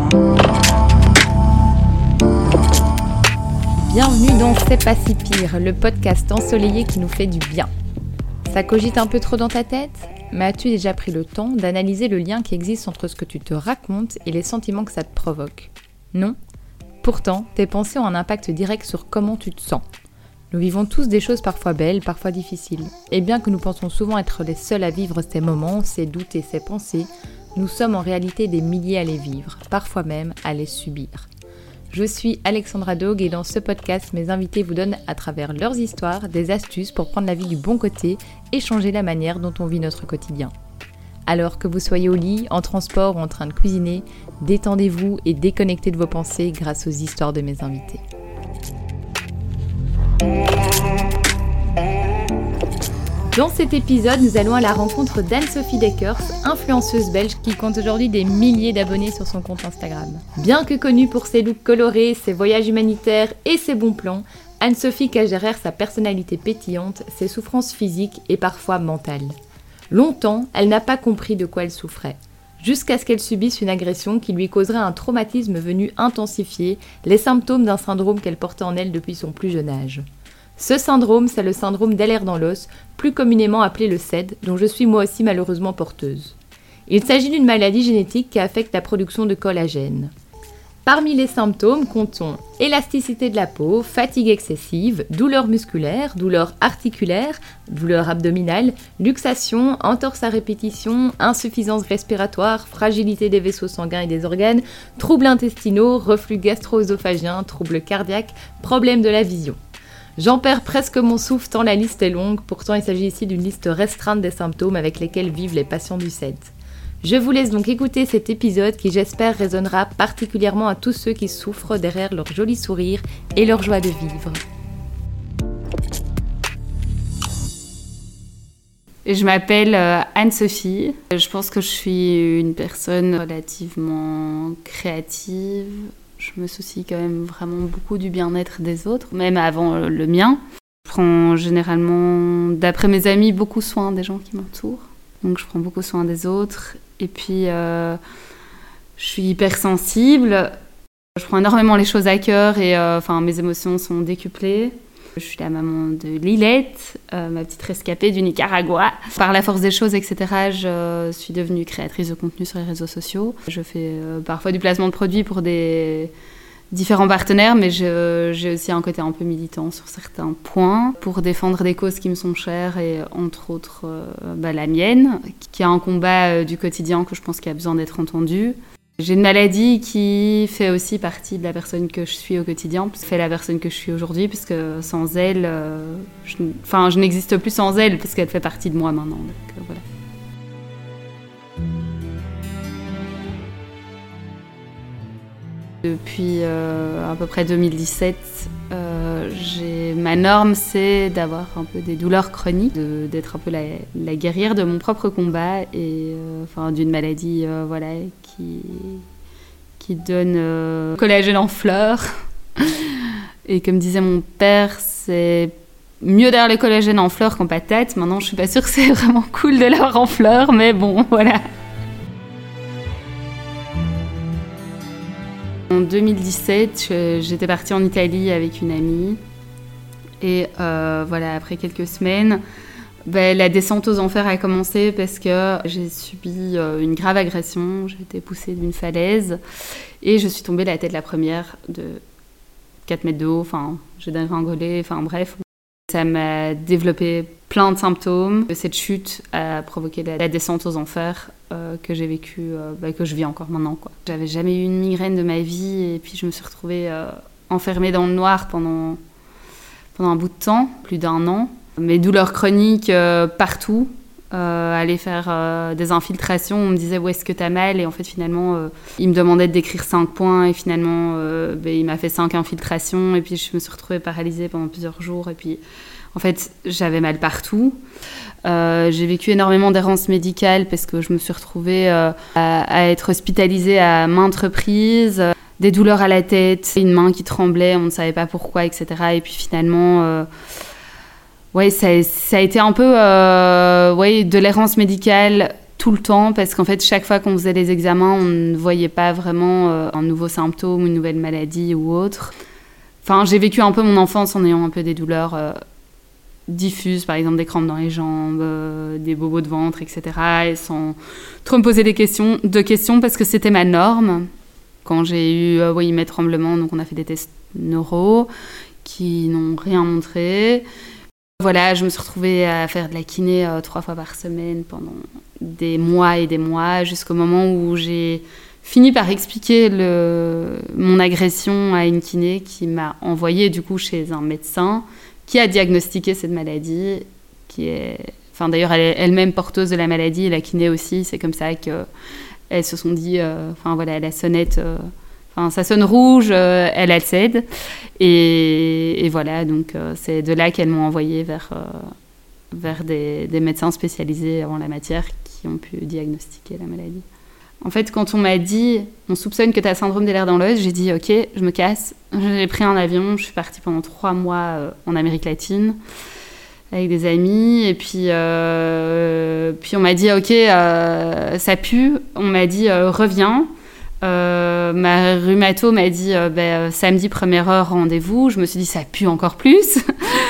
Bienvenue dans C'est pas si pire, le podcast ensoleillé qui nous fait du bien. Ça cogite un peu trop dans ta tête ? Mais as-tu déjà pris le temps d'analyser le lien qui existe entre ce que tu te racontes et les sentiments que ça te provoque ? Non ? Pourtant, tes pensées ont un impact direct sur comment tu te sens. Nous vivons tous des choses parfois belles, parfois difficiles. Et bien que nous pensons souvent être les seuls à vivre ces moments, ces doutes et ces pensées, nous sommes en réalité des milliers à les vivre, parfois même à les subir. Je suis Alexandra Dogue et dans ce podcast, mes invités vous donnent à travers leurs histoires des astuces pour prendre la vie du bon côté et changer la manière dont on vit notre quotidien. Alors que vous soyez au lit, en transport ou en train de cuisiner, détendez-vous et déconnectez de vos pensées grâce aux histoires de mes invités. Dans cet épisode, nous allons à la rencontre d'Anne-Sophie Deckers, influenceuse belge qui compte aujourd'hui des milliers d'abonnés sur son compte Instagram. Bien que connue pour ses looks colorés, ses voyages humanitaires et ses bons plans, Anne-Sophie cache derrière sa personnalité pétillante, ses souffrances physiques et parfois mentales. Longtemps, elle n'a pas compris de quoi elle souffrait, jusqu'à ce qu'elle subisse une agression qui lui causerait un traumatisme venu intensifier les symptômes d'un syndrome qu'elle portait en elle depuis son plus jeune âge. Ce syndrome, c'est le syndrome d'Ehlers-Danlos, plus communément appelé le SED, dont je suis moi aussi malheureusement porteuse. Il s'agit d'une maladie génétique qui affecte la production de collagène. Parmi les symptômes, comptons élasticité de la peau, fatigue excessive, douleurs musculaires, douleurs articulaires, douleurs abdominales, luxation, entorse à répétition, insuffisance respiratoire, fragilité des vaisseaux sanguins et des organes, troubles intestinaux, reflux gastro-œsophagien, troubles cardiaques, problèmes de la vision. J'en perds presque mon souffle tant la liste est longue, pourtant il s'agit ici d'une liste restreinte des symptômes avec lesquels vivent les patients du SED. Je vous laisse donc écouter cet épisode qui j'espère résonnera particulièrement à tous ceux qui souffrent derrière leur joli sourire et leur joie de vivre. Je m'appelle Anne-Sophie. Je pense que je suis une personne relativement créative. Je me soucie quand même vraiment beaucoup du bien-être des autres, même avant le mien. Je prends généralement, d'après mes amis, beaucoup soin des gens qui m'entourent. Donc je prends beaucoup soin des autres. Et puis, je suis hypersensible. Je prends énormément les choses à cœur et mes émotions sont décuplées. Je suis la maman de Lilette, ma petite rescapée du Nicaragua. Par la force des choses, etc., je suis devenue créatrice de contenu sur les réseaux sociaux. Je fais parfois du placement de produits pour des différents partenaires, mais j'ai aussi un côté un peu militant sur certains points pour défendre des causes qui me sont chères et entre autres la mienne, qui est un combat du quotidien que je pense qu'il a besoin d'être entendu. J'ai une maladie qui fait aussi partie de la personne que je suis au quotidien, fait la personne que je suis aujourd'hui, parce que sans elle, je n'existe plus sans elle, parce qu'elle fait partie de moi maintenant. Donc, voilà. Depuis à peu près 2017, ma norme, c'est d'avoir un peu des douleurs chroniques, d'être un peu la guerrière de mon propre combat et d'une maladie qui donne collagène en fleurs. Et comme disait mon père, c'est mieux d'avoir le collagène en fleurs qu'en patate. Maintenant, je suis pas sûre que c'est vraiment cool de l'avoir en fleurs, mais bon, voilà. En 2017, j'étais partie en Italie avec une amie. Et après quelques semaines, la descente aux enfers a commencé parce que j'ai subi une grave agression. J'ai été poussée d'une falaise et je suis tombée la tête la première de 4 mètres de haut. J'ai dégringolé, bref. Ça m'a développé plein de symptômes. Cette chute a provoqué la descente aux enfers que j'ai vécue, que je vis encore maintenant, quoi. J'avais jamais eu une migraine de ma vie et puis je me suis retrouvée enfermée dans le noir pendant un bout de temps, plus d'1 an. Mes douleurs chroniques partout, aller faire des infiltrations, on me disait où est-ce que t'as mal et en fait finalement il me demandait de décrire 5 points et finalement il m'a fait 5 infiltrations et puis je me suis retrouvée paralysée pendant plusieurs jours et puis en fait j'avais mal partout. J'ai vécu énormément d'errance médicale parce que je me suis retrouvée à être hospitalisée à maintes reprises, des douleurs à la tête, une main qui tremblait, on ne savait pas pourquoi, etc. Et puis finalement, ça a été un peu de l'errance médicale tout le temps, parce qu'en fait, chaque fois qu'on faisait les examens, on ne voyait pas vraiment un nouveau symptôme, une nouvelle maladie ou autre. Enfin, j'ai vécu un peu mon enfance en ayant un peu des douleurs diffuses, par exemple des crampes dans les jambes, des bobos de ventre, etc. Et sans trop me poser de questions, parce que c'était ma norme. Quand j'ai eu mes tremblements, donc on a fait des tests neuro qui n'ont rien montré. Voilà, je me suis retrouvée à faire de la kiné 3 fois par semaine pendant des mois et des mois, jusqu'au moment où j'ai fini par expliquer mon agression à une kiné qui m'a envoyée du coup chez un médecin qui a diagnostiqué cette maladie, qui est, enfin d'ailleurs elle est elle-même porteuse de la maladie et la kiné aussi. C'est comme ça qu'elles se sont dit, la sonnette, ça sonne rouge, elle cède. Et voilà, donc c'est de là qu'elles m'ont envoyée vers des médecins spécialisés en la matière qui ont pu diagnostiquer la maladie. En fait, quand on m'a dit « on soupçonne que tu as syndrome des lèvres dans l'os », j'ai dit « ok, je me casse ». J'ai pris un avion, je suis partie pendant 3 mois en Amérique latine avec des amis. Et puis on m'a dit « ok, ça pue ». On m'a dit « reviens ». Ma rhumato m'a dit samedi première heure rendez-vous. Je me suis dit ça pue encore plus.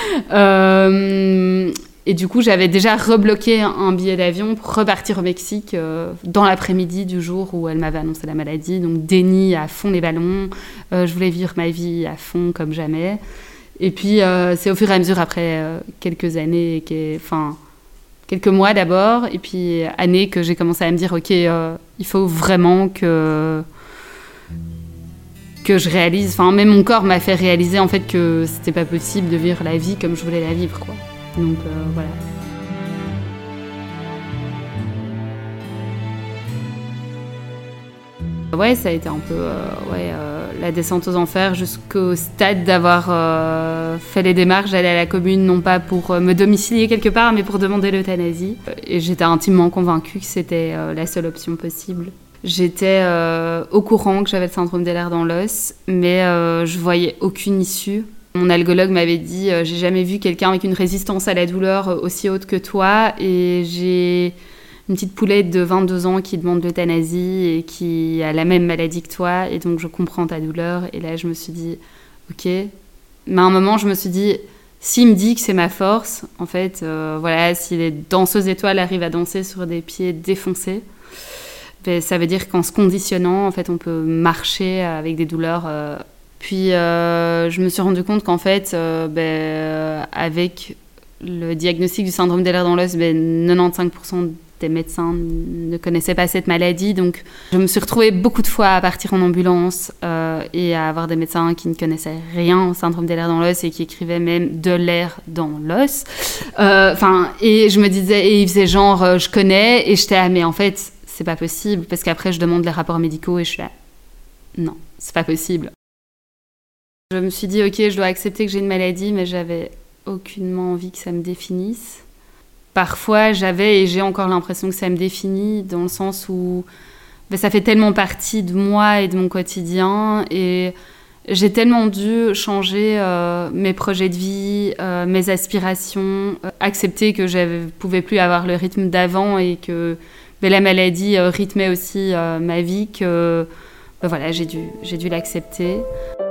Et du coup j'avais déjà rebloqué un billet d'avion pour repartir au Mexique dans l'après-midi du jour où elle m'avait annoncé la maladie. Donc déni à fond les ballons. Je voulais vivre ma vie à fond comme jamais. Et puis c'est au fur et à mesure après quelques années, quelques mois d'abord, et puis années que j'ai commencé à me dire ok, il faut vraiment que je réalise, même mon corps m'a fait réaliser en fait que c'était pas possible de vivre la vie comme je voulais la vivre, quoi. Donc voilà. Ouais, ça a été un peu la descente aux enfers jusqu'au stade d'avoir fait les démarches d'aller à la commune, non pas pour me domicilier quelque part, mais pour demander l'euthanasie. Et j'étais intimement convaincue que c'était la seule option possible. J'étais au courant que j'avais le syndrome des lèvres dans l'os, mais je voyais aucune issue. Mon algologue m'avait dit j'ai jamais vu quelqu'un avec une résistance à la douleur aussi haute que toi, et j'ai une petite poulette de 22 ans qui demande l'euthanasie et qui a la même maladie que toi, et donc je comprends ta douleur. Et là je me suis dit ok, mais à un moment je me suis dit s'il me dit que c'est ma force, en fait si les danseuses étoiles arrivent à danser sur des pieds défoncés, ça veut dire qu'en se conditionnant en fait on peut marcher avec des douleurs. Puis je me suis rendu compte qu'en fait avec le diagnostic du syndrome des lèvres dans l'os, 95% des médecins ne connaissaient pas cette maladie. Donc je me suis retrouvée beaucoup de fois à partir en ambulance et à avoir des médecins qui ne connaissaient rien au syndrome des lèvres dans l'os et qui écrivaient même de l'air dans l'os. Et je me disais, et ils faisaient genre je connais, et j'étais mais en fait c'est pas possible, parce qu'après je demande les rapports médicaux et je suis là non, c'est pas possible. Je me suis dit ok, je dois accepter que j'ai une maladie, mais j'avais aucunement envie que ça me définisse. Parfois, j'avais et j'ai encore l'impression que ça me définit, dans le sens où ça fait tellement partie de moi et de mon quotidien, et j'ai tellement dû changer mes projets de vie, mes aspirations, accepter que je ne pouvais plus avoir le rythme d'avant et que la maladie rythmait aussi ma vie, que j'ai dû l'accepter.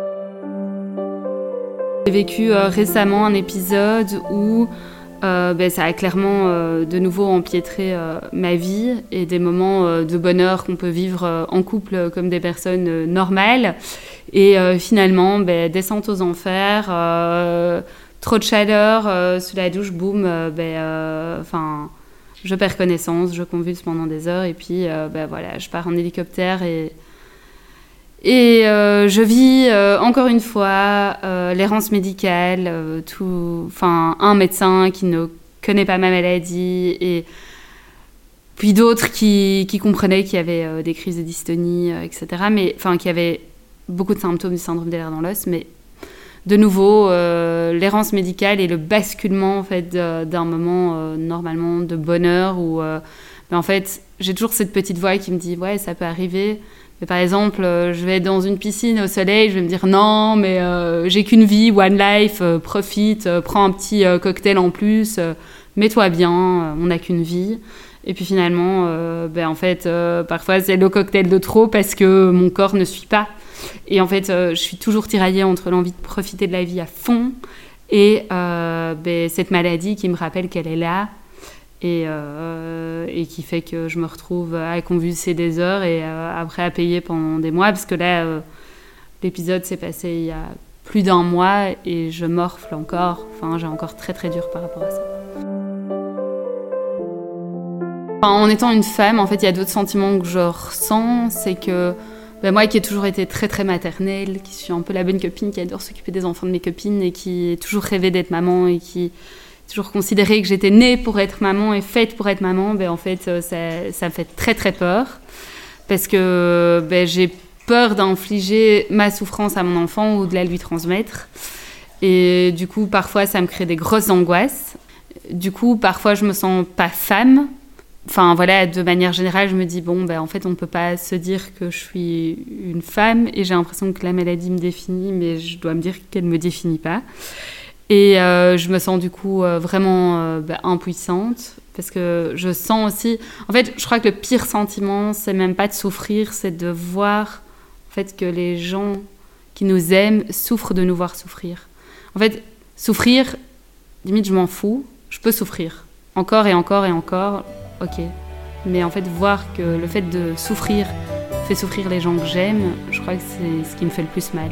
J'ai vécu récemment un épisode où ça a clairement de nouveau empiétré ma vie, et des moments de bonheur qu'on peut vivre en couple comme des personnes normales. Et finalement, descente aux enfers, trop de chaleur sous la douche, boum, je perds connaissance, je convulse pendant des heures, et puis je pars en hélicoptère et je vis encore une fois l'errance médicale, un médecin qui ne connaît pas ma maladie, et puis d'autres qui comprenaient qu'il y avait des crises de dystonie, etc. Mais qui avaient beaucoup de symptômes du syndrome des lèvres dans l'os, mais de nouveau l'errance médicale et le basculement en fait d'un moment normalement de bonheur où mais en fait j'ai toujours cette petite voix qui me dit ouais, ça peut arriver. Mais par exemple, je vais dans une piscine au soleil, je vais me dire non, mais j'ai qu'une vie, one life, profite, prends un petit cocktail en plus, mets-toi bien, on n'a qu'une vie. Et puis finalement, en fait, parfois c'est le cocktail de trop parce que mon corps ne suit pas. Et en fait, je suis toujours tiraillée entre l'envie de profiter de la vie à fond et cette maladie qui me rappelle qu'elle est là et qui fait que je me retrouve à convulser des heures et après à payer pendant des mois. Parce que là, l'épisode s'est passé il y a plus d'1 mois et je morfle encore. Enfin, j'ai encore très très dur par rapport à ça. En étant une femme, en fait, il y a d'autres sentiments que je ressens. C'est que moi qui ai toujours été très très maternelle, qui suis un peu la bonne copine qui adore s'occuper des enfants de mes copines et qui ai toujours rêvé d'être maman et qui toujours considéré que j'étais née pour être maman et faite pour être maman, en fait, ça me fait très très peur. Parce que j'ai peur d'infliger ma souffrance à mon enfant ou de la lui transmettre. Et du coup, parfois, ça me crée des grosses angoisses. Du coup, parfois, je me sens pas femme. Enfin, voilà, de manière générale, je me dis, en fait, on ne peut pas se dire que je suis une femme et j'ai l'impression que la maladie me définit, mais je dois me dire qu'elle ne me définit pas. Et je me sens du coup vraiment impuissante parce que je sens aussi... En fait, je crois que le pire sentiment, c'est même pas de souffrir, c'est de voir en fait, que les gens qui nous aiment souffrent de nous voir souffrir. En fait, souffrir, limite, je m'en fous, je peux souffrir. Encore et encore et encore, ok. Mais en fait, voir que le fait de souffrir fait souffrir les gens que j'aime, je crois que c'est ce qui me fait le plus mal.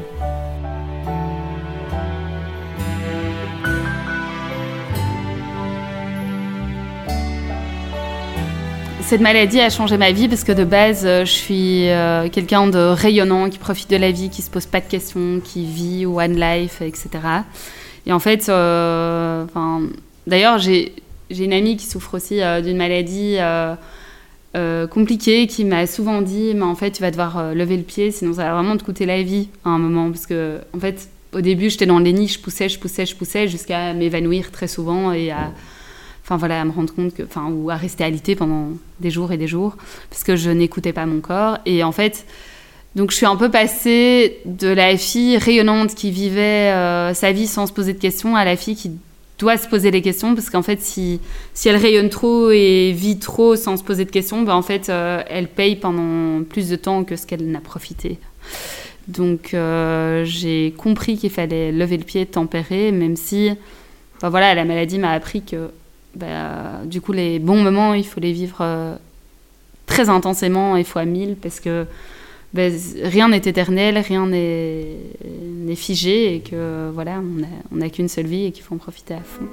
Cette maladie a changé ma vie parce que de base, je suis quelqu'un de rayonnant, qui profite de la vie, qui se pose pas de questions, qui vit one life, etc. Et en fait, d'ailleurs, j'ai une amie qui souffre aussi d'une maladie compliquée, qui m'a souvent dit, mais en fait, tu vas devoir lever le pied, sinon ça va vraiment te coûter la vie à un moment. Parce que, en fait, au début, j'étais dans le déni, je poussais jusqu'à m'évanouir très souvent et à me rendre compte ou à rester alitée pendant des jours et des jours, parce que je n'écoutais pas mon corps. Et en fait, donc je suis un peu passée de la fille rayonnante qui vivait sa vie sans se poser de questions à la fille qui doit se poser les questions, parce qu'en fait, si elle rayonne trop et vit trop sans se poser de questions, en fait, elle paye pendant plus de temps que ce qu'elle n'a profité. Donc, j'ai compris qu'il fallait lever le pied, tempérer, même si, la maladie m'a appris que du coup, les bons moments, il faut les vivre très intensément et fois 1000 parce que rien n'est éternel, rien n'est figé et que on n'a qu'une seule vie et qu'il faut en profiter à fond.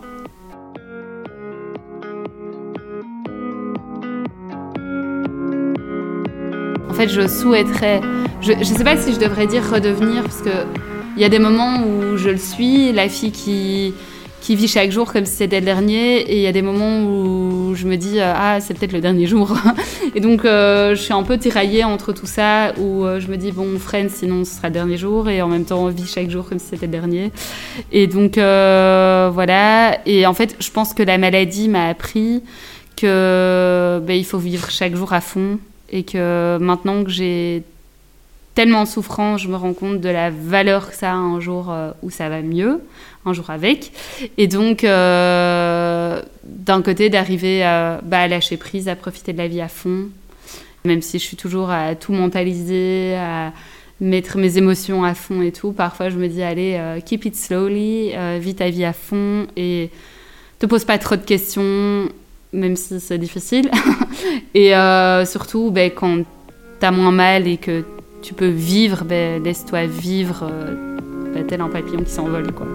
En fait, je souhaiterais... Je ne sais pas si je devrais dire redevenir parce qu'il y a des moments où je le suis, la fille qui vit chaque jour comme si c'était le dernier, et il y a des moments où je me dis c'est peut-être le dernier jour. Et donc je suis un peu tiraillée entre tout ça, où je me dis freine, sinon ce sera le dernier jour, et en même temps on vit chaque jour comme si c'était le dernier. Et donc voilà. Et en fait, je pense que la maladie m'a appris que il faut vivre chaque jour à fond, et que maintenant que j'ai tellement de souffrance, je me rends compte de la valeur que ça a un jour où ça va mieux, un jour avec. Et donc, d'un côté, d'arriver à lâcher prise, à profiter de la vie à fond, même si je suis toujours à tout mentaliser, à mettre mes émotions à fond et tout. Parfois, je me dis, allez, keep it slowly, vis ta vie à fond et te pose pas trop de questions, même si c'est difficile. Et surtout, quand t'as moins mal et que tu peux vivre, laisse-toi vivre tel un papillon qui s'envole, quoi.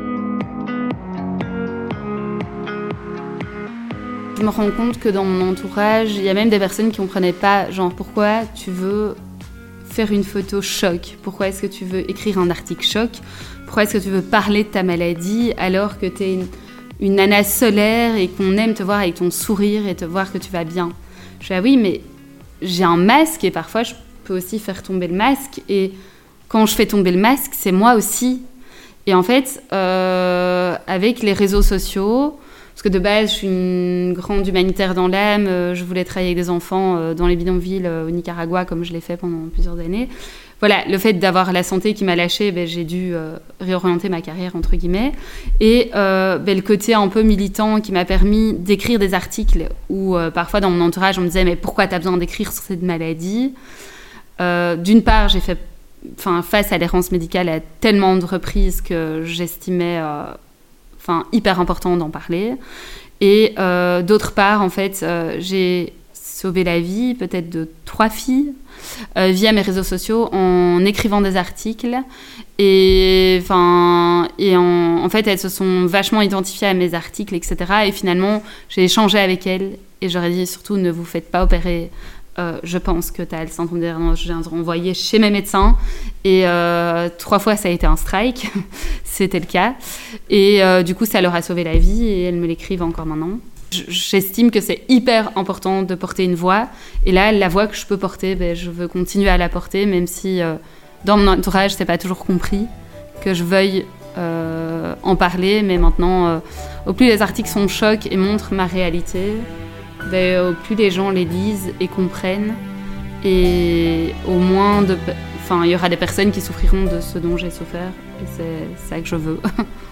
Je me rends compte que dans mon entourage, il y a même des personnes qui ne comprenaient pas, genre, pourquoi tu veux faire une photo choc ? Pourquoi est-ce que tu veux écrire un article choc ? Pourquoi est-ce que tu veux parler de ta maladie alors que tu es une nana solaire et qu'on aime te voir avec ton sourire et te voir que tu vas bien ? Je dis, oui, mais j'ai un masque et parfois je peux aussi faire tomber le masque, et quand je fais tomber le masque, c'est moi aussi. Et en fait, avec les réseaux sociaux, parce que de base, je suis une grande humanitaire dans l'âme, je voulais travailler avec des enfants dans les bidonvilles au Nicaragua, comme je l'ai fait pendant plusieurs années. voilà, le fait d'avoir la santé qui m'a lâchée, j'ai dû réorienter ma carrière, entre guillemets. Et le côté un peu militant qui m'a permis d'écrire des articles où parfois dans mon entourage, on me disait « Mais pourquoi tu as besoin d'écrire sur cette maladie ?» D'une part, j'ai fait face à l'errance médicale à tellement de reprises que j'estimais hyper important d'en parler. Et d'autre part, en fait, j'ai sauvé la vie peut-être de 3 filles via mes réseaux sociaux en écrivant des articles. Et en fait, elles se sont vachement identifiées à mes articles, etc. Et finalement, j'ai échangé avec elles et j'aurais dit surtout ne vous faites pas opérer. Je pense que tu as le syndrome de l'errance. Je viens de renvoyer chez mes médecins et 3 fois ça a été un strike. C'était le cas. Et du coup, ça leur a sauvé la vie et elles me l'écrivent encore maintenant. J'estime que c'est hyper important de porter une voix. Et là, la voix que je peux porter, je veux continuer à la porter, même si dans mon entourage, c'est pas toujours compris que je veuille en parler. Mais maintenant, au plus les articles sont chocs et montrent ma réalité, au plus les gens les lisent et comprennent. Et au moins, il y aura des personnes qui souffriront de ce dont j'ai souffert. Et c'est ça que je veux.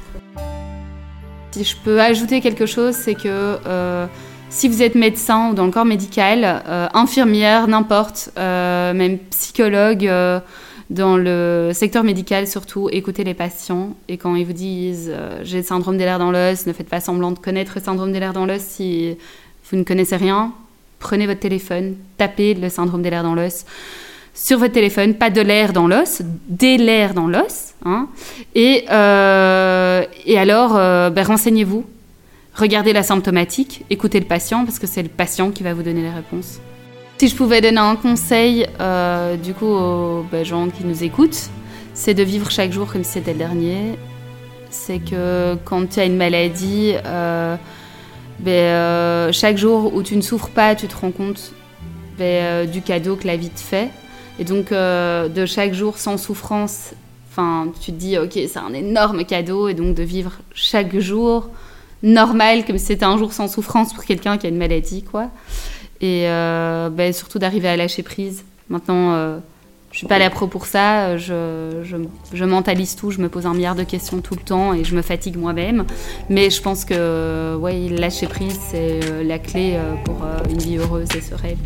Si je peux ajouter quelque chose, c'est que si vous êtes médecin ou dans le corps médical, infirmière, n'importe, même psychologue, dans le secteur médical surtout, écoutez les patients. Et quand ils vous disent « j'ai le syndrome des lèvres dans l'os », ne faites pas semblant de connaître le syndrome des lèvres dans l'os si vous ne connaissez rien. Prenez votre téléphone, tapez le syndrome des lèvres dans l'os sur votre téléphone, pas de l'air dans l'os, des lèvres dans l'os. Hein. Et alors, renseignez-vous, regardez la symptomatique, écoutez le patient, parce que c'est le patient qui va vous donner les réponses. Si je pouvais donner un conseil, du coup, aux gens qui nous écoutent, c'est de vivre chaque jour comme si c'était le dernier. C'est que quand tu as une maladie, chaque jour où tu ne souffres pas, tu te rends compte du cadeau que la vie te fait. Et donc, de chaque jour sans souffrance, tu te dis, ok, c'est un énorme cadeau. Et donc, de vivre chaque jour normal, comme si c'était un jour sans souffrance pour quelqu'un qui a une maladie, quoi. Et surtout d'arriver à lâcher prise. Maintenant, je suis pas la pro pour ça. Je mentalise tout, je me pose 1 milliard de questions tout le temps et je me fatigue moi-même. Mais je pense que lâcher prise, c'est la clé pour une vie heureuse et sereine.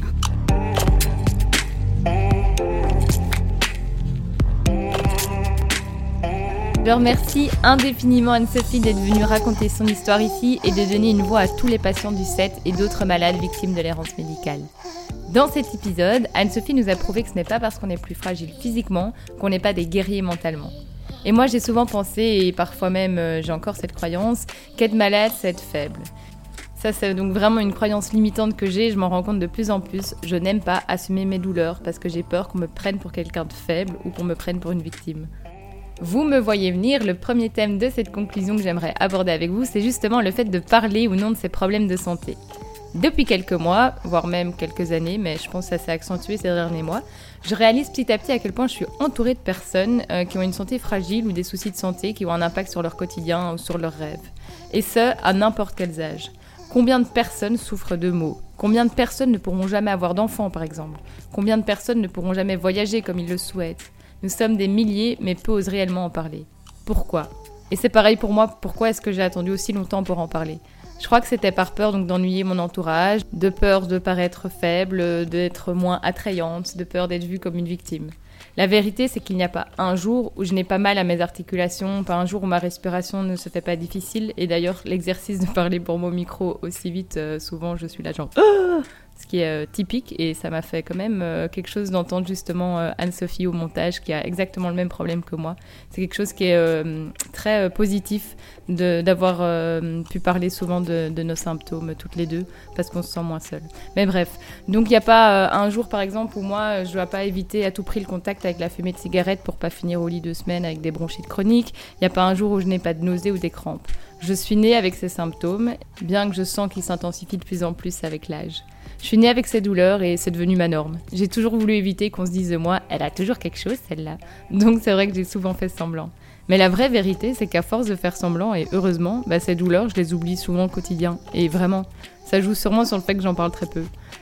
Je remercie indéfiniment Anne-Sophie d'être venue raconter son histoire ici et de donner une voix à tous les patients du CET et d'autres malades victimes de l'errance médicale. Dans cet épisode, Anne-Sophie nous a prouvé que ce n'est pas parce qu'on est plus fragile physiquement qu'on n'est pas des guerriers mentalement. Et moi, j'ai souvent pensé, et parfois même j'ai encore cette croyance, qu'être malade, c'est être faible. Ça, c'est donc vraiment une croyance limitante que j'ai, je m'en rends compte de plus en plus. Je n'aime pas assumer mes douleurs parce que j'ai peur qu'on me prenne pour quelqu'un de faible ou qu'on me prenne pour une victime. Vous me voyez venir, le premier thème de cette conclusion que j'aimerais aborder avec vous, c'est justement le fait de parler ou non de ces problèmes de santé. Depuis quelques mois, voire même quelques années, mais je pense que ça s'est accentué ces derniers mois, je réalise petit à petit à quel point je suis entourée de personnes qui ont une santé fragile ou des soucis de santé qui ont un impact sur leur quotidien ou sur leurs rêves. Et ce, à n'importe quel âge. Combien de personnes souffrent de maux ? Combien de personnes ne pourront jamais avoir d'enfants, par exemple ? Combien de personnes ne pourront jamais voyager comme ils le souhaitent ? Nous sommes des milliers, mais peu osent réellement en parler. Pourquoi ? Et c'est pareil pour moi, pourquoi est-ce que j'ai attendu aussi longtemps pour en parler ? Je crois que c'était par peur donc d'ennuyer mon entourage, de peur de paraître faible, d'être moins attrayante, de peur d'être vue comme une victime. La vérité, c'est qu'il n'y a pas un jour où je n'ai pas mal à mes articulations, pas un jour où ma respiration ne se fait pas difficile. Et d'ailleurs, l'exercice de parler pour mon micro aussi vite, souvent je suis là genre... Ce qui est typique, et ça m'a fait quand même quelque chose d'entendre justement Anne-Sophie au montage, qui a exactement le même problème que moi. C'est quelque chose qui est très positif d'avoir pu parler souvent de nos symptômes toutes les deux, parce qu'on se sent moins seul. Mais bref, donc il n'y a pas un jour par exemple où moi je ne dois pas éviter à tout prix le contact avec la fumée de cigarette pour pas finir au lit 2 semaines avec des bronchites chroniques. Il n'y a pas un jour où je n'ai pas de nausées ou des crampes. Je suis née avec ces symptômes, bien que je sens qu'ils s'intensifient de plus en plus avec l'âge. Je suis née avec ces douleurs et c'est devenu ma norme. J'ai toujours voulu éviter qu'on se dise de moi « elle a toujours quelque chose, celle-là ». Donc c'est vrai que j'ai souvent fait semblant. Mais la vraie vérité, c'est qu'à force de faire semblant, et heureusement, ces douleurs, je les oublie souvent au quotidien. Et vraiment, ça joue sûrement sur le fait que j'en parle très peu.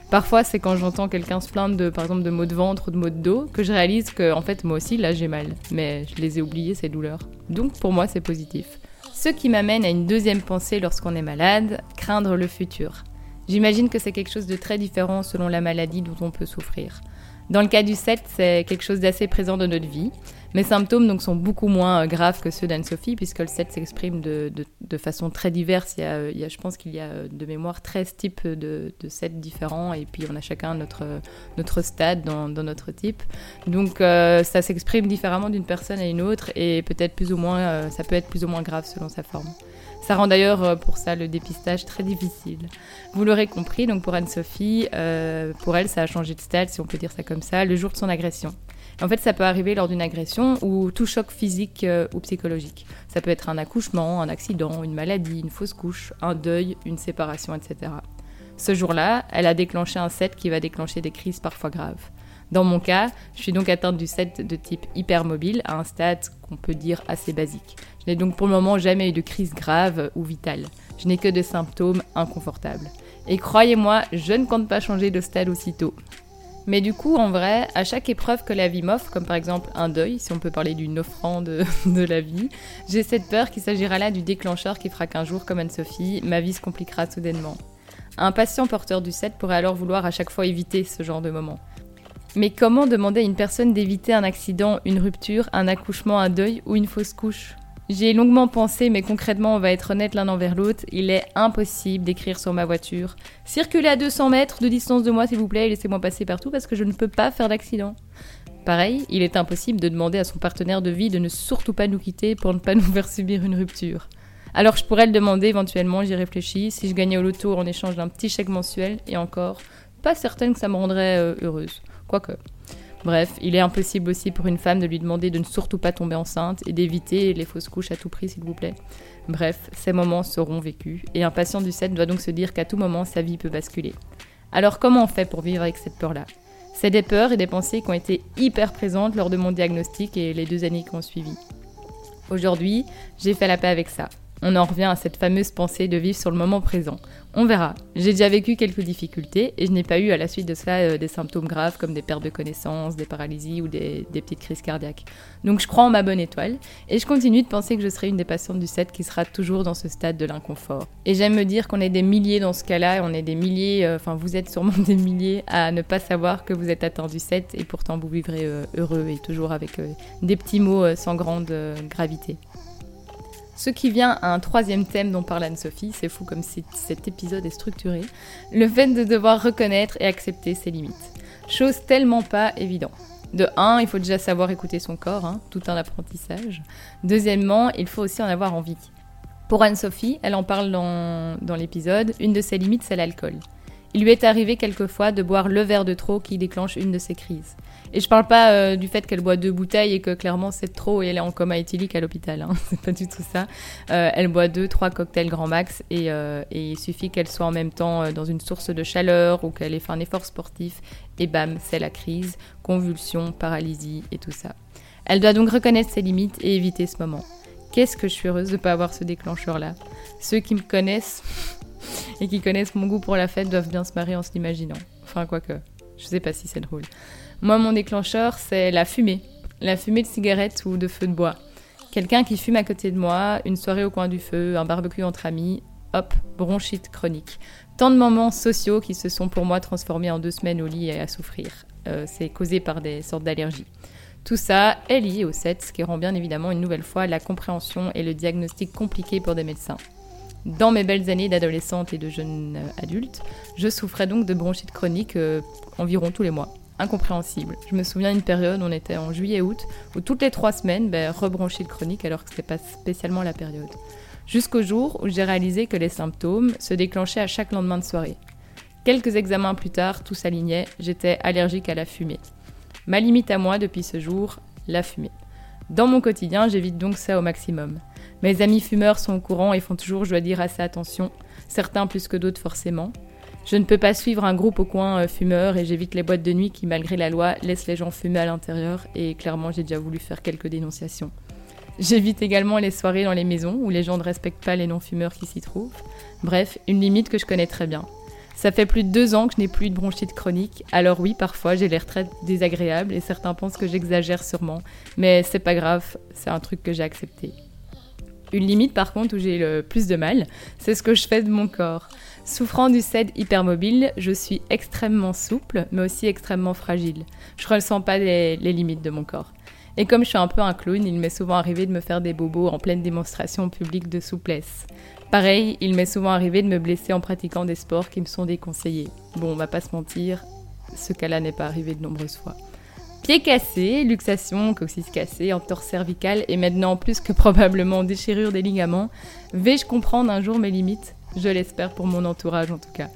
Parfois, c'est quand j'entends quelqu'un se plaindre par exemple, de maux de ventre ou de maux de dos, que je réalise que, en fait, moi aussi, là, j'ai mal. Mais je les ai oubliés, ces douleurs. Donc, pour moi, c'est positif. Ce qui m'amène à une deuxième pensée lorsqu'on est malade, craindre le futur. J'imagine que c'est quelque chose de très différent selon la maladie dont on peut souffrir. Dans le cas du SET, c'est quelque chose d'assez présent dans notre vie. Mes symptômes donc, sont beaucoup moins graves que ceux d'Anne-Sophie, puisque le SET s'exprime de façon très diverse. Je pense qu'il y a de mémoire 13 types de SET différents, et puis on a chacun notre stade dans notre type. Donc ça s'exprime différemment d'une personne à une autre, et peut-être ça peut être plus ou moins grave selon sa forme. Ça rend d'ailleurs pour ça le dépistage très difficile. Vous l'aurez compris, donc pour Anne-Sophie, pour elle, ça a changé de stade, si on peut dire ça comme ça, le jour de son agression. En fait, ça peut arriver lors d'une agression ou tout choc physique ou psychologique. Ça peut être un accouchement, un accident, une maladie, une fausse couche, un deuil, une séparation, etc. Ce jour-là, elle a déclenché un SET qui va déclencher des crises parfois graves. Dans mon cas, je suis donc atteinte du SET de type hypermobile, à un stade qu'on peut dire assez basique. Je n'ai donc pour le moment jamais eu de crise grave ou vitale. Je n'ai que des symptômes inconfortables. Et croyez-moi, je ne compte pas changer de stade aussitôt. Mais du coup, en vrai, à chaque épreuve que la vie m'offre, comme par exemple un deuil, si on peut parler d'une offrande de la vie, j'ai cette peur qu'il s'agira là du déclencheur qui fera qu'un jour, comme Anne-Sophie, ma vie se compliquera soudainement. Un patient porteur du SET pourrait alors vouloir à chaque fois éviter ce genre de moment. Mais comment demander à une personne d'éviter un accident, une rupture, un accouchement, un deuil ou une fausse couche ? J'y ai longuement pensé, mais concrètement, on va être honnête l'un envers l'autre, il est impossible d'écrire sur ma voiture « Circulez à 200 mètres de distance de moi s'il vous plaît et laissez-moi passer partout parce que je ne peux pas faire d'accident ». Pareil, il est impossible de demander à son partenaire de vie de ne surtout pas nous quitter pour ne pas nous faire subir une rupture. Alors je pourrais le demander éventuellement, j'y réfléchis, si je gagnais au loto en échange d'un petit chèque mensuel, et encore, pas certaine que ça me rendrait heureuse. Quoique. Bref, il est impossible aussi pour une femme de lui demander de ne surtout pas tomber enceinte et d'éviter les fausses couches à tout prix, s'il vous plaît. Bref, ces moments seront vécus, et un patient du SET doit donc se dire qu'à tout moment, sa vie peut basculer. Alors comment on fait pour vivre avec cette peur-là ? C'est des peurs et des pensées qui ont été hyper présentes lors de mon diagnostic et les 2 années qui ont suivi. Aujourd'hui, j'ai fait la paix avec ça. On en revient à cette fameuse pensée de vivre sur le moment présent. On verra. J'ai déjà vécu quelques difficultés et je n'ai pas eu à la suite de cela des symptômes graves comme des pertes de connaissance, des paralysies ou des petites crises cardiaques. Donc je crois en ma bonne étoile et je continue de penser que je serai une des patientes du SET qui sera toujours dans ce stade de l'inconfort. Et j'aime me dire qu'on est des milliers dans ce cas-là, on est des milliers, vous êtes sûrement des milliers à ne pas savoir que vous êtes atteint du SET et pourtant vous vivrez heureux et toujours avec des petits mots sans grande gravité. Ce qui vient à un 3e thème dont parle Anne-Sophie, c'est fou comme cet épisode est structuré, le fait de devoir reconnaître et accepter ses limites. Chose tellement pas évidente. De 1, il faut déjà savoir écouter son corps, tout un apprentissage. Deuxièmement, il faut aussi en avoir envie. Pour Anne-Sophie, elle en parle dans l'épisode, une de ses limites, c'est l'alcool. Il lui est arrivé quelquefois de boire le verre de trop qui déclenche une de ses crises. Et je parle pas du fait qu'elle boit 2 bouteilles et que clairement c'est trop et elle est en coma éthylique à l'hôpital, c'est pas du tout ça. Elle boit 2-3 cocktails grand max et il suffit qu'elle soit en même temps dans une source de chaleur ou qu'elle ait fait un effort sportif et bam, c'est la crise, convulsion, paralysie et tout ça. Elle doit donc reconnaître ses limites et éviter ce moment. Qu'est-ce que je suis heureuse de pas avoir ce déclencheur-là. Ceux qui me connaissent et qui connaissent mon goût pour la fête doivent bien se marrer en se l'imaginant. Enfin, quoique, je sais pas si c'est drôle. Moi, mon déclencheur, c'est la fumée. La fumée de cigarette ou de feu de bois. Quelqu'un qui fume à côté de moi, une soirée au coin du feu, un barbecue entre amis, hop, bronchite chronique. Tant de moments sociaux qui se sont pour moi transformés en 2 semaines au lit et à souffrir. C'est causé par des sortes d'allergies. Tout ça est lié au SET, ce qui rend bien évidemment une nouvelle fois la compréhension et le diagnostic compliqué pour des médecins. Dans mes belles années d'adolescente et de jeune adulte, je souffrais donc de bronchite chronique environ tous les mois. Incompréhensible. Je me souviens d'une période, on était en juillet-août, où toutes les 3 semaines, rebronchite chronique alors que c'était pas spécialement la période. Jusqu'au jour où j'ai réalisé que les symptômes se déclenchaient à chaque lendemain de soirée. Quelques examens plus tard, tout s'alignait, j'étais allergique à la fumée. Ma limite à moi depuis ce jour, la fumée. Dans mon quotidien, j'évite donc ça au maximum. Mes amis fumeurs sont au courant et font toujours, je dois dire, assez attention, certains plus que d'autres forcément. Je ne peux pas suivre un groupe au coin fumeur et j'évite les boîtes de nuit qui, malgré la loi, laissent les gens fumer à l'intérieur et clairement j'ai déjà voulu faire quelques dénonciations. J'évite également les soirées dans les maisons où les gens ne respectent pas les non-fumeurs qui s'y trouvent. Bref, une limite que je connais très bien. Ça fait plus de 2 ans que je n'ai plus de bronchite chronique, alors oui, parfois j'ai l'air très désagréable et certains pensent que j'exagère sûrement, mais c'est pas grave, c'est un truc que j'ai accepté. Une limite par contre où j'ai le plus de mal, c'est ce que je fais de mon corps. Souffrant du SED hypermobile, je suis extrêmement souple, mais aussi extrêmement fragile. Je ressens pas les limites de mon corps. Et comme je suis un peu un clown, il m'est souvent arrivé de me faire des bobos en pleine démonstration publique de souplesse. Pareil, il m'est souvent arrivé de me blesser en pratiquant des sports qui me sont déconseillés. Bon, on va pas se mentir, ce cas-là n'est pas arrivé de nombreuses fois. Pieds cassés, luxation, coccyx cassé, entorse cervicale et maintenant plus que probablement déchirure des ligaments, vais-je comprendre un jour mes limites ? Je l'espère pour mon entourage en tout cas.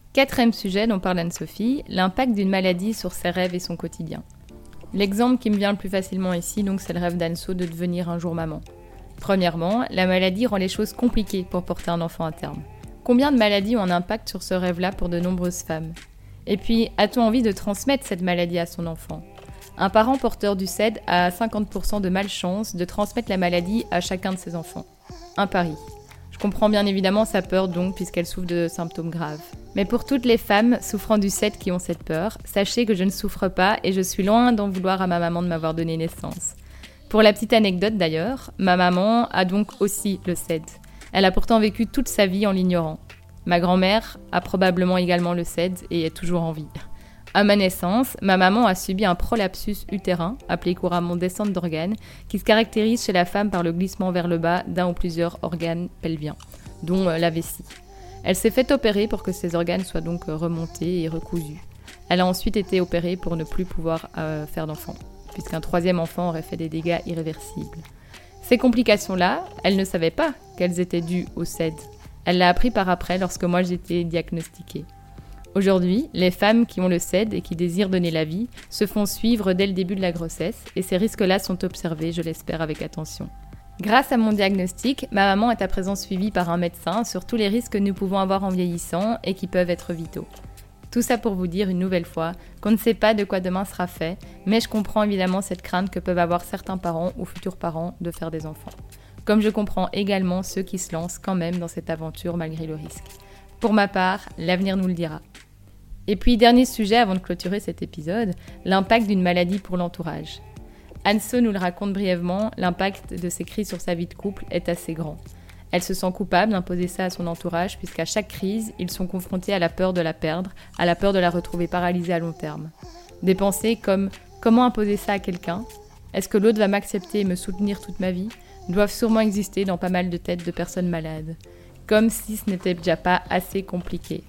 4e sujet dont parle Anne-Sophie, l'impact d'une maladie sur ses rêves et son quotidien. L'exemple qui me vient le plus facilement ici, donc, c'est le rêve d'Anso de devenir un jour maman. Premièrement, la maladie rend les choses compliquées pour porter un enfant à terme. Combien de maladies ont un impact sur ce rêve-là pour de nombreuses femmes ? Et puis, a-t-on envie de transmettre cette maladie à son enfant ? Un parent porteur du SED a 50% de malchance de transmettre la maladie à chacun de ses enfants. Un pari. Je comprends bien évidemment sa peur donc, puisqu'elle souffre de symptômes graves. Mais pour toutes les femmes souffrant du SED qui ont cette peur, sachez que je ne souffre pas et je suis loin d'en vouloir à ma maman de m'avoir donné naissance. Pour la petite anecdote d'ailleurs, ma maman a donc aussi le SED. Elle a pourtant vécu toute sa vie en l'ignorant. Ma grand-mère a probablement également le SED et est toujours en vie. À ma naissance, ma maman a subi un prolapsus utérin, appelé couramment descente d'organes, qui se caractérise chez la femme par le glissement vers le bas d'un ou plusieurs organes pelviens, dont la vessie. Elle s'est fait opérer pour que ses organes soient donc remontés et recousus. Elle a ensuite été opérée pour ne plus pouvoir faire d'enfant, puisqu'un 3e enfant aurait fait des dégâts irréversibles. Ces complications-là, elle ne savait pas qu'elles étaient dues au SED. Elle l'a appris par après lorsque moi j'étais diagnostiquée. Aujourd'hui, les femmes qui ont le SED et qui désirent donner la vie se font suivre dès le début de la grossesse et ces risques-là sont observés, je l'espère, avec attention. Grâce à mon diagnostic, ma maman est à présent suivie par un médecin sur tous les risques que nous pouvons avoir en vieillissant et qui peuvent être vitaux. Tout ça pour vous dire une nouvelle fois qu'on ne sait pas de quoi demain sera fait, mais je comprends évidemment cette crainte que peuvent avoir certains parents ou futurs parents de faire des enfants. Comme je comprends également ceux qui se lancent quand même dans cette aventure malgré le risque. Pour ma part, l'avenir nous le dira. Et puis, dernier sujet avant de clôturer cet épisode, l'impact d'une maladie pour l'entourage. Anso nous le raconte brièvement, l'impact de ces crises sur sa vie de couple est assez grand. Elle se sent coupable d'imposer ça à son entourage puisqu'à chaque crise, ils sont confrontés à la peur de la perdre, à la peur de la retrouver paralysée à long terme. Des pensées comme « comment imposer ça à quelqu'un ? Est-ce que l'autre va m'accepter et me soutenir toute ma vie ?» doivent sûrement exister dans pas mal de têtes de personnes malades. Comme si ce n'était déjà pas assez compliqué.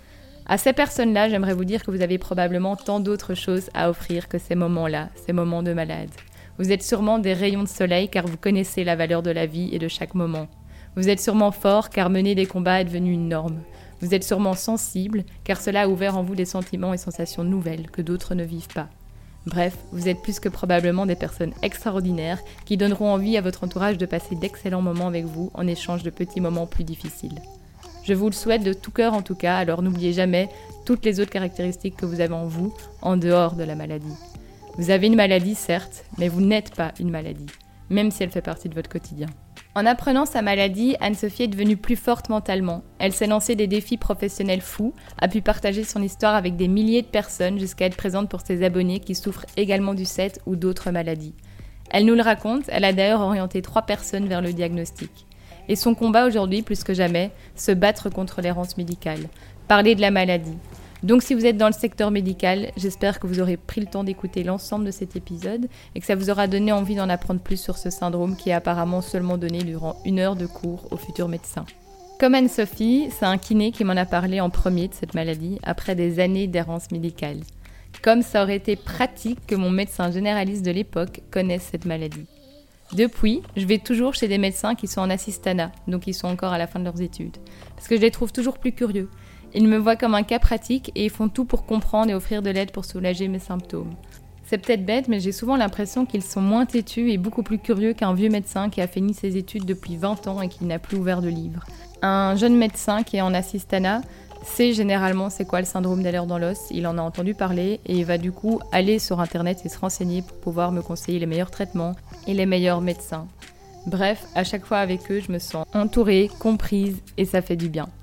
À ces personnes-là, j'aimerais vous dire que vous avez probablement tant d'autres choses à offrir que ces moments-là, ces moments de malade. Vous êtes sûrement des rayons de soleil car vous connaissez la valeur de la vie et de chaque moment. Vous êtes sûrement fort car mener des combats est devenu une norme. Vous êtes sûrement sensible car cela a ouvert en vous des sentiments et sensations nouvelles que d'autres ne vivent pas. Bref, vous êtes plus que probablement des personnes extraordinaires qui donneront envie à votre entourage de passer d'excellents moments avec vous en échange de petits moments plus difficiles. Je vous le souhaite de tout cœur en tout cas, alors n'oubliez jamais toutes les autres caractéristiques que vous avez en vous, en dehors de la maladie. Vous avez une maladie certes, mais vous n'êtes pas une maladie, même si elle fait partie de votre quotidien. En apprenant sa maladie, Anne-Sophie est devenue plus forte mentalement. Elle s'est lancée des défis professionnels fous, a pu partager son histoire avec des milliers de personnes jusqu'à être présente pour ses abonnés qui souffrent également du SED ou d'autres maladies. Elle nous le raconte, elle a d'ailleurs orienté 3 personnes vers le diagnostic. Et son combat aujourd'hui, plus que jamais, se battre contre l'errance médicale, parler de la maladie. Donc si vous êtes dans le secteur médical, j'espère que vous aurez pris le temps d'écouter l'ensemble de cet épisode et que ça vous aura donné envie d'en apprendre plus sur ce syndrome qui est apparemment seulement donné durant 1 heure de cours aux futurs médecins. Comme Anne-Sophie, c'est un kiné qui m'en a parlé en premier de cette maladie après des années d'errance médicale. Comme ça aurait été pratique que mon médecin généraliste de l'époque connaisse cette maladie. Depuis, je vais toujours chez des médecins qui sont en assistanat, donc ils sont encore à la fin de leurs études, parce que je les trouve toujours plus curieux. Ils me voient comme un cas pratique et ils font tout pour comprendre et offrir de l'aide pour soulager mes symptômes. C'est peut-être bête, mais j'ai souvent l'impression qu'ils sont moins têtus et beaucoup plus curieux qu'un vieux médecin qui a fini ses études depuis 20 ans et qui n'a plus ouvert de livre. Un jeune médecin qui est en assistanat sait généralement c'est quoi le syndrome d'Ehlers dans l'os, il en a entendu parler et il va du coup aller sur internet et se renseigner pour pouvoir me conseiller les meilleurs traitements et les meilleurs médecins. Bref, à chaque fois avec eux, je me sens entourée, comprise et ça fait du bien.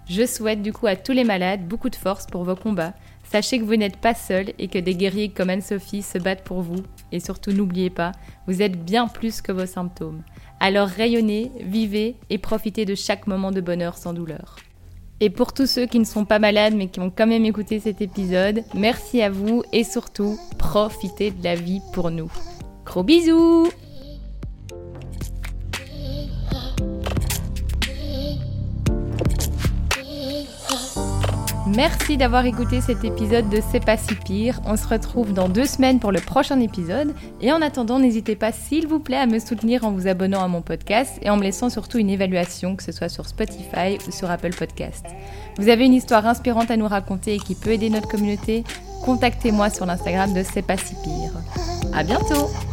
Je souhaite du coup à tous les malades beaucoup de force pour vos combats. Sachez que vous n'êtes pas seuls et que des guerriers comme Anne-Sophie se battent pour vous. Et surtout, n'oubliez pas, vous êtes bien plus que vos symptômes. Alors rayonnez, vivez et profitez de chaque moment de bonheur sans douleur. Et pour tous ceux qui ne sont pas malades mais qui ont quand même écouté cet épisode, merci à vous et surtout, profitez de la vie pour nous. Gros bisous! Merci d'avoir écouté cet épisode de C'est pas si pire. On se retrouve dans 2 semaines pour le prochain épisode. Et en attendant, n'hésitez pas, s'il vous plaît, à me soutenir en vous abonnant à mon podcast et en me laissant surtout une évaluation, que ce soit sur Spotify ou sur Apple Podcast. Vous avez une histoire inspirante à nous raconter et qui peut aider notre communauté? Contactez-moi sur l'Instagram de C'est pas si pire. À bientôt!